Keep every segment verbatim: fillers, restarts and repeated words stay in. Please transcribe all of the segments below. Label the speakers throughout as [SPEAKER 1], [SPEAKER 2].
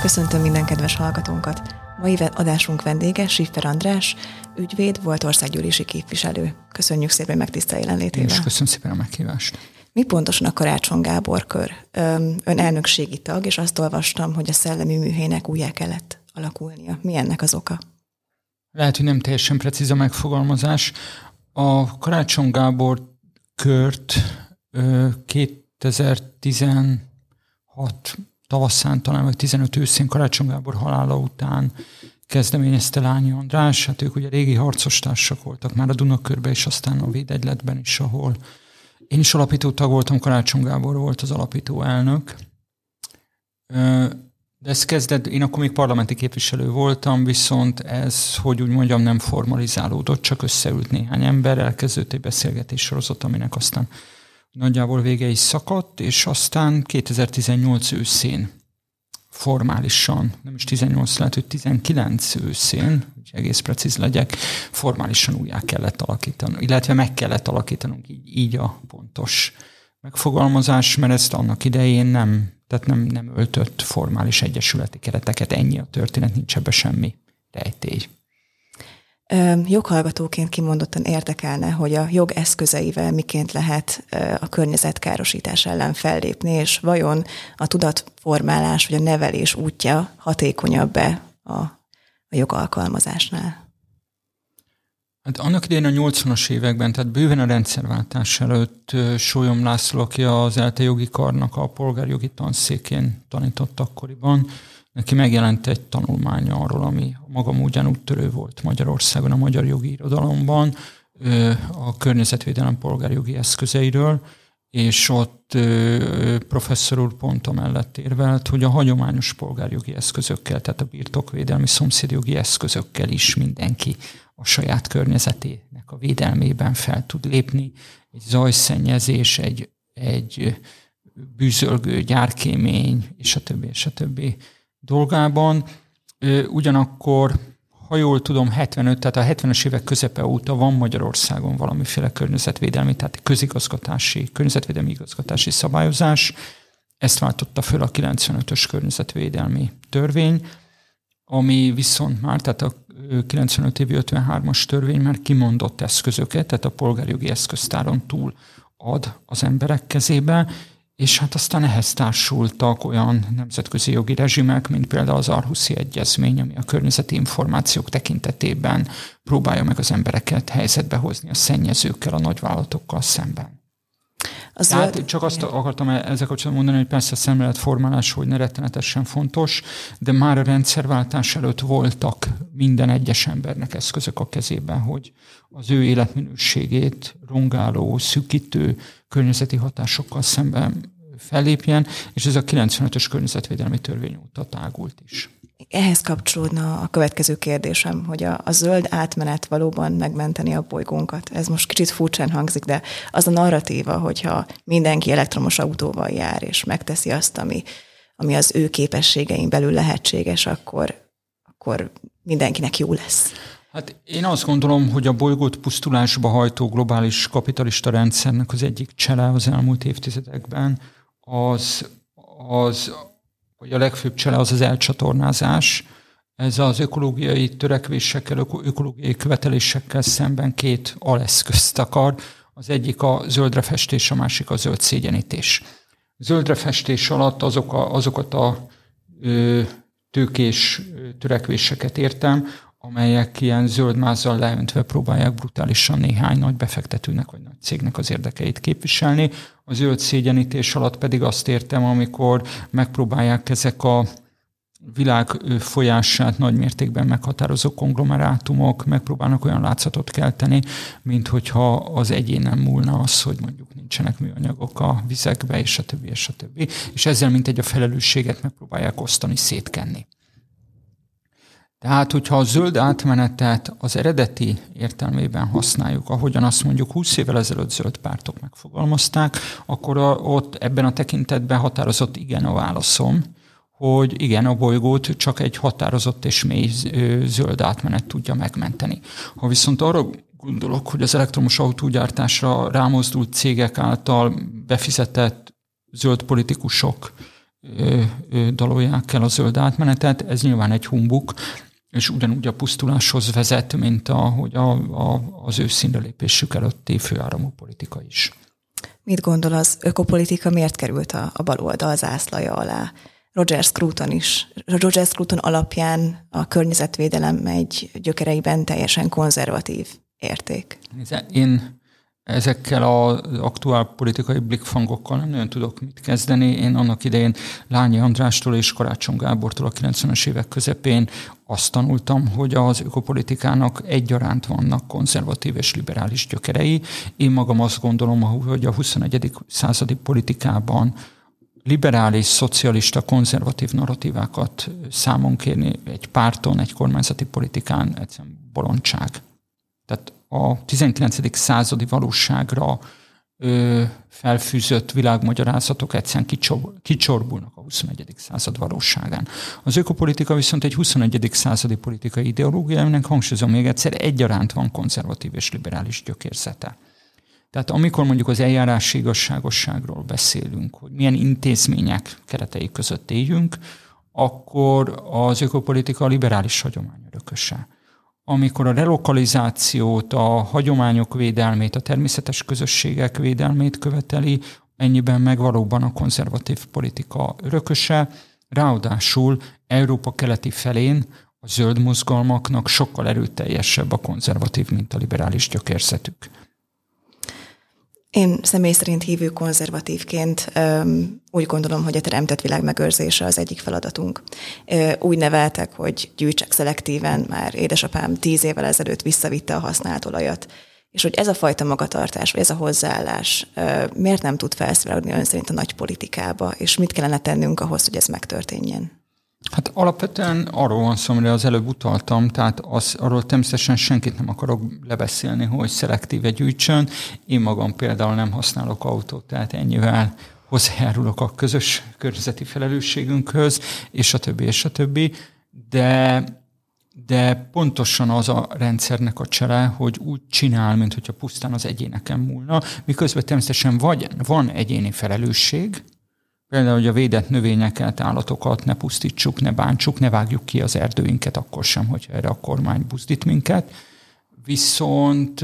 [SPEAKER 1] Köszöntöm minden kedves hallgatónkat! Mai adásunk vendége Schiffer András, ügyvéd, volt országgyűlési képviselő. Köszönjük szépen, hogy megtisztel jelenlétével.
[SPEAKER 2] Én is köszönöm szépen a meghívást.
[SPEAKER 1] Mi pontosan a Karácsony Gábor kör? Ön elnökségi tag, és azt olvastam, hogy a szellemi műhelynek újjá kellett alakulnia. Mi ennek az oka?
[SPEAKER 2] Lehet, hogy nem teljesen precíz a megfogalmazás. A Karácsony Gábor kört kétezer-tizenhat tavaszán, talán vagy tizenöt őszén Karácsony Gábor halála után kezdeményezte Lányi András. Hát ők ugye régi harcostársak voltak már a Dunakörben, és aztán a Védegyletben is, ahol én is alapító tag voltam, Karácsony Gábor volt az alapító elnök. De ez kezdett, én akkor még parlamenti képviselő voltam, viszont ez, hogy úgy mondjam, nem formalizálódott, csak összeült néhány ember, elkezdődött egy beszélgetés sorozat, aminek aztán nagyjából vége is szakadt, és aztán kétezer-tizennyolc őszén formálisan, nem is tizennyolc, lehet, hogy tizenkilenc őszén, hogy egész precíz legyek, formálisan újjá kellett alakítani, illetve meg kellett alakítanunk, így, így a pontos megfogalmazás, mert ezt annak idején nem, tehát nem, nem öltött formális egyesületi kereteket, ennyi a történet, nincs ebbe semmi rejtély.
[SPEAKER 1] Joghallgatóként kimondottan érdekelne, hogy a jog eszközeivel miként lehet a környezetkárosítás ellen fellépni, és vajon a tudatformálás vagy a nevelés útja hatékonyabb-e a, a jogalkalmazásnál?
[SPEAKER 2] Hát annak idején a nyolcvanas években, tehát bőven a rendszerváltás előtt Sólyom László, aki az ELTE jogi karnak a polgárjogi tanszékén tanított akkoriban, neki megjelent egy tanulmánya arról, ami a maga módján úttörő volt Magyarországon, a magyar jogi irodalomban, a környezetvédelem polgárjogi eszközeiről, és ott professzor úr pont amellett érvelt, hogy a hagyományos polgárjogi eszközökkel, tehát a birtokvédelmi szomszédjogi eszközökkel is mindenki a saját környezetének a védelmében fel tud lépni. Egy zajszennyezés, egy, egy bűzölgő gyárkémény, és a többi, és a többi dolgában. Ugyanakkor, ha jól tudom, hetvenöt, tehát a hetvenes évek közepe óta van Magyarországon valamiféle környezetvédelmi, tehát közigazgatási, környezetvédelmi igazgatási szabályozás. Ezt váltotta föl a kilencvenötös környezetvédelmi törvény, ami viszont már, tehát a kilencvenöt évi ötvenhármas törvény már kimondott eszközöket, tehát a polgárjogi eszköztáron túl ad az emberek kezébe, és hát aztán ehhez társultak olyan nemzetközi jogi rezsimek, mint például az Aarhuszi Egyezmény, ami a környezeti információk tekintetében próbálja meg az embereket helyzetbe hozni a szennyezőkkel, a nagyvállalatokkal szemben. Az Tehát zöld... csak azt igen. akartam ezzel kapcsolatban mondani, hogy persze a szemléletformálás, hogy ne rettenetesen fontos, de már a rendszerváltás előtt voltak minden egyes embernek eszközök a kezében, hogy az ő életminőségét rongáló, szűkítő környezeti hatásokkal szemben fellépjen, és ez a kilencvenötös környezetvédelmi törvény óta tágult is.
[SPEAKER 1] Ehhez kapcsolódna a következő kérdésem, hogy a, a zöld átmenet valóban megmenteni a bolygónkat. Ez most kicsit furcsán hangzik, de az a narratíva, hogyha mindenki elektromos autóval jár, és megteszi azt, ami, ami az ő képességein belül lehetséges, akkor, akkor mindenkinek jó lesz.
[SPEAKER 2] Hát én azt gondolom, hogy a bolygót pusztulásba hajtó globális kapitalista rendszernek az egyik csele az elmúlt évtizedekben az, az hogy a legfőbb csele az az elcsatornázás. Ez az ökológiai törekvésekkel, ökológiai követelésekkel szemben két aleszközt akar. Az egyik a zöldre festés, a másik a zöld szégyenítés. Zöldre festés alatt azok a, azokat a ö, tőkés törekvéseket értem, amelyek ilyen zöld mázzal leöntve próbálják brutálisan néhány nagy befektetőnek vagy nagy cégnek az érdekeit képviselni. A zöld szégyenítés alatt pedig azt értem, amikor megpróbálják ezek a világ folyását nagy mértékben meghatározó konglomerátumok, megpróbálnak olyan látszatot kelteni, mint hogyha az egyénen múlna az, hogy mondjuk nincsenek műanyagok a vizekbe, és a többi, és a többi. És ezzel mintegy a felelősséget megpróbálják osztani, szétkenni. Tehát, hogyha a zöld átmenetet az eredeti értelmében használjuk, ahogyan azt mondjuk húsz évvel ezelőtt zöld pártok megfogalmazták, akkor a, ott ebben a tekintetben határozott igen a válaszom, hogy igen, a bolygót csak egy határozott és mély zöld átmenet tudja megmenteni. Ha viszont arra gondolok, hogy az elektromos autógyártásra rámozdult cégek által befizetett zöld politikusok ö, ö, dalolják el a zöld átmenetet. Ez nyilván egy humbuk, és ugyanúgy a pusztuláshoz vezet, mint ahogy a, a, az ő színrelépésük előtti főáramú politika is.
[SPEAKER 1] Mit gondol, az ökopolitika miért került a, a baloldal zászlaja alá? Roger Scruton is. Roger Scruton alapján a környezetvédelem egy gyökereiben teljesen konzervatív érték.
[SPEAKER 2] Én ezekkel az aktuál politikai blikkfangokkal nem nagyon tudok mit kezdeni. Én annak idején Lányi Andrástól és Karácsony Gábortól a kilencvenes évek közepén azt tanultam, hogy az ökopolitikának egyaránt vannak konzervatív és liberális gyökerei. Én magam azt gondolom, hogy a huszonegyedik századi politikában liberális, szocialista, konzervatív narratívákat számon kérni egy párton, egy kormányzati politikán egyszerűen bolondság. Tehát a tizenkilencedik századi valóságra ö, felfűzött világmagyarázatok egyszerűen kicsor, kicsorbulnak a huszonegyedik század valóságán. Az ökopolitika viszont egy huszonegyedik századi politikai ideológia, aminek hangsúlyozom még egyszer, egyaránt van konzervatív és liberális gyökérzete. Tehát amikor mondjuk az eljárási igazságosságról beszélünk, hogy milyen intézmények keretei között éljünk, akkor az ökopolitika a liberális hagyomány örököse. Amikor a relokalizációt, a hagyományok védelmét, a természetes közösségek védelmét követeli, ennyiben meg valóban a konzervatív politika örököse. Ráadásul Európa keleti felén a zöld mozgalmaknak sokkal erőteljesebb a konzervatív, mint a liberális gyökérzetük.
[SPEAKER 1] Én személy szerint hívő konzervatívként öm, úgy gondolom, hogy a teremtett világ megőrzése az egyik feladatunk. Ö, úgy neveltek, hogy gyűjtsek szelektíven, már édesapám tíz évvel ezelőtt visszavitte a használt olajat, és hogy ez a fajta magatartás, vagy ez a hozzáállás ö, miért nem tud felszívódni ön szerint a nagy politikába, és mit kellene tennünk ahhoz, hogy ez megtörténjen?
[SPEAKER 2] Hát alapvetően arról van szó, amire az előbb utaltam, tehát az, arról természetesen senkit nem akarok lebeszélni, hogy szelektíve gyűjtsön. Én magam például nem használok autót, tehát ennyivel hozzájárulok a közös környezeti felelősségünkhöz, és a többi, és a többi. De, de pontosan az a rendszernek a csele, hogy úgy csinál, mint hogyha pusztán az egyéneken múlna, miközben természetesen vagy van egyéni felelősség, például, hogy a védett növényeket, állatokat ne pusztítsuk, ne bántsuk, ne vágjuk ki az erdőinket, akkor sem, hogyha erre a kormány buzdít minket. Viszont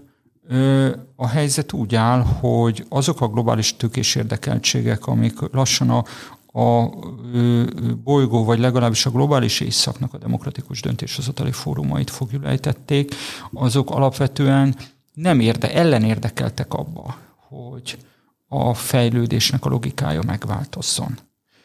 [SPEAKER 2] ö, a helyzet úgy áll, hogy azok a globális tőkés érdekeltségek, amik lassan a, a ö, bolygó, vagy legalábbis a globális északnak a demokratikus döntéshozatali fórumait fogjulejtették, azok alapvetően nem érde, ellenérdekeltek abba, hogy a fejlődésnek a logikája megváltozzon.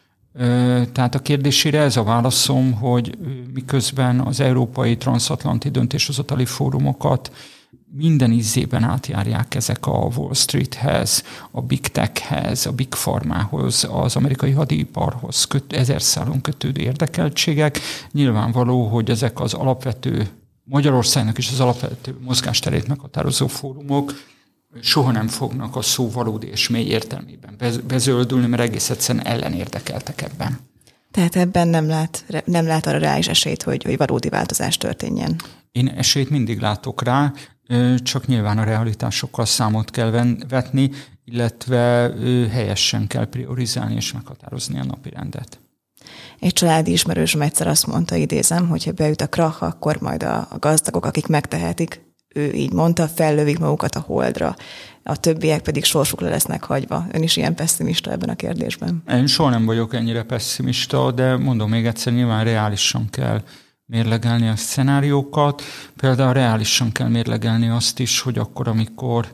[SPEAKER 2] Tehát a kérdésére ez a válaszom, hogy miközben az európai transatlanti döntéshozatali fórumokat minden ízében átjárják ezek a Wall Streethez, a Big Techhez, a Big Pharmához, az amerikai hadiiparhoz köt, ezer szálon kötődő érdekeltségek. Nyilvánvaló, hogy ezek az alapvető, Magyarországnak is az alapvető mozgásterét meghatározó fórumok soha nem fognak a szó valódi és mély értelmében bezöldülni, mert egész egyszerűen ellenérdekeltek ebben.
[SPEAKER 1] Tehát ebben nem lát, nem lát arra reális esélyt, hogy, hogy valódi változás történjen?
[SPEAKER 2] Én esélyt mindig látok rá, csak nyilván a realitásokkal számot kell vetni, illetve helyesen kell priorizálni és meghatározni a napirendet.
[SPEAKER 1] Egy családi ismerősöm egyszer azt mondta, idézem, hogy ha beüt a krach, akkor majd a, a gazdagok, akik megtehetik, ő így mondta, fellövik magukat a holdra, a többiek pedig sorsukra lesznek hagyva. Ön is ilyen pessimista ebben a kérdésben? Én
[SPEAKER 2] soha nem vagyok ennyire pessimista, de mondom még egyszer, nyilván reálisan kell mérlegelni a szenáriókat. Például reálisan kell mérlegelni azt is, hogy akkor, amikor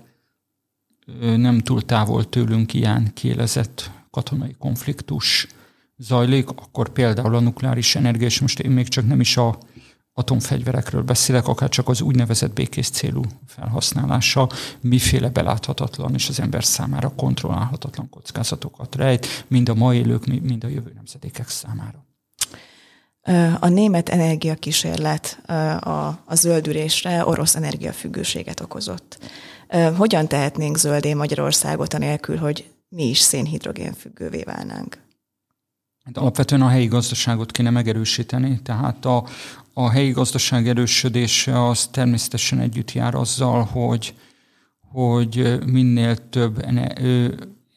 [SPEAKER 2] nem túl távol tőlünk ilyen kiélezett katonai konfliktus zajlik, akkor például a nukleáris energia, és most én még csak nem is a atomfegyverekről beszélek, akár csak az úgynevezett békés célú felhasználása miféle beláthatatlan és az ember számára kontrollálhatatlan kockázatokat rejt, mind a ma élők, mind a jövő nemzedékek számára.
[SPEAKER 1] A német energiakísérlet a, a zöldülésre orosz energiafüggőséget okozott. Hogyan tehetnénk zöldé Magyarországot anélkül, hogy mi is szénhidrogén függővé válnánk?
[SPEAKER 2] Hát alapvetően a helyi gazdaságot kéne megerősíteni, tehát a, a helyi gazdaság erősödése az természetesen együtt jár azzal, hogy, hogy minél több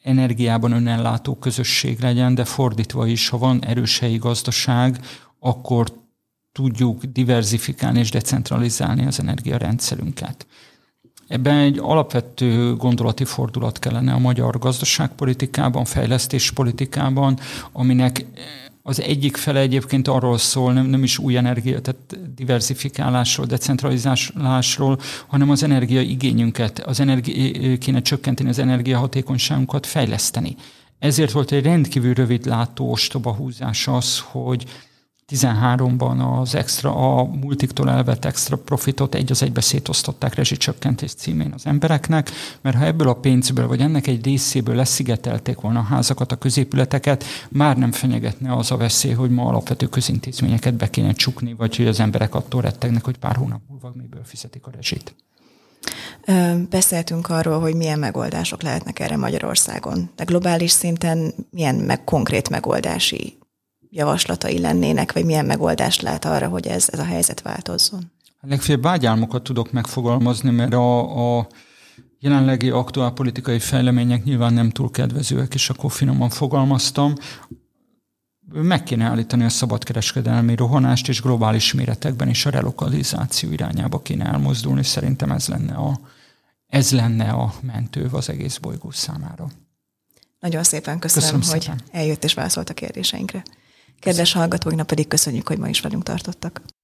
[SPEAKER 2] energiában önellátó közösség legyen, de fordítva is, ha van erős helyi gazdaság, akkor tudjuk diverzifikálni és decentralizálni az energiarendszerünket. Ebben egy alapvető gondolati fordulat kellene a magyar gazdaságpolitikában, fejlesztéspolitikában, aminek az egyik fele egyébként arról szól, nem, nem is új energia, tehát diversifikálásról, decentralizálásról, hanem az energiaigényünket, az energi, kéne csökkenteni az energiahatékonyságunkat, fejleszteni. Ezért volt egy rendkívül rövidlátó ostoba húzás az, hogy tizenháromban az extra, a multiktól elvett extra profitot egy az egybe szétosztották rezsicsökkentés címén az embereknek, mert ha ebből a pénzből, vagy ennek egy részéből leszigetelték volna a házakat, a középületeket, már nem fenyegetne az a veszély, hogy ma alapvető közintézményeket be kéne csukni, vagy hogy az emberek attól rettegnek, hogy pár hónap múlva miből fizetik a rezsit.
[SPEAKER 1] Beszéltünk arról, hogy milyen megoldások lehetnek erre Magyarországon, de globális szinten milyen meg konkrét megoldási javaslatai lennének, vagy milyen megoldást lát arra, hogy ez, ez a helyzet változzon?
[SPEAKER 2] Legfeljebb vágyálmokat tudok megfogalmazni, mert a, a jelenlegi aktuál politikai fejlemények nyilván nem túl kedvezőek, és akkor finoman fogalmaztam. Meg kéne állítani a szabadkereskedelmi rohanást, és globális méretekben is a relokalizáció irányába kéne elmozdulni. Szerintem ez lenne a, ez lenne a mentő az egész bolygó számára.
[SPEAKER 1] Nagyon szépen köszönöm, köszönöm hogy szépen. Eljött és válaszolt a kérdéseinkre. Kedves hallgatóknak pedig köszönjük, hogy ma is velünk tartottak.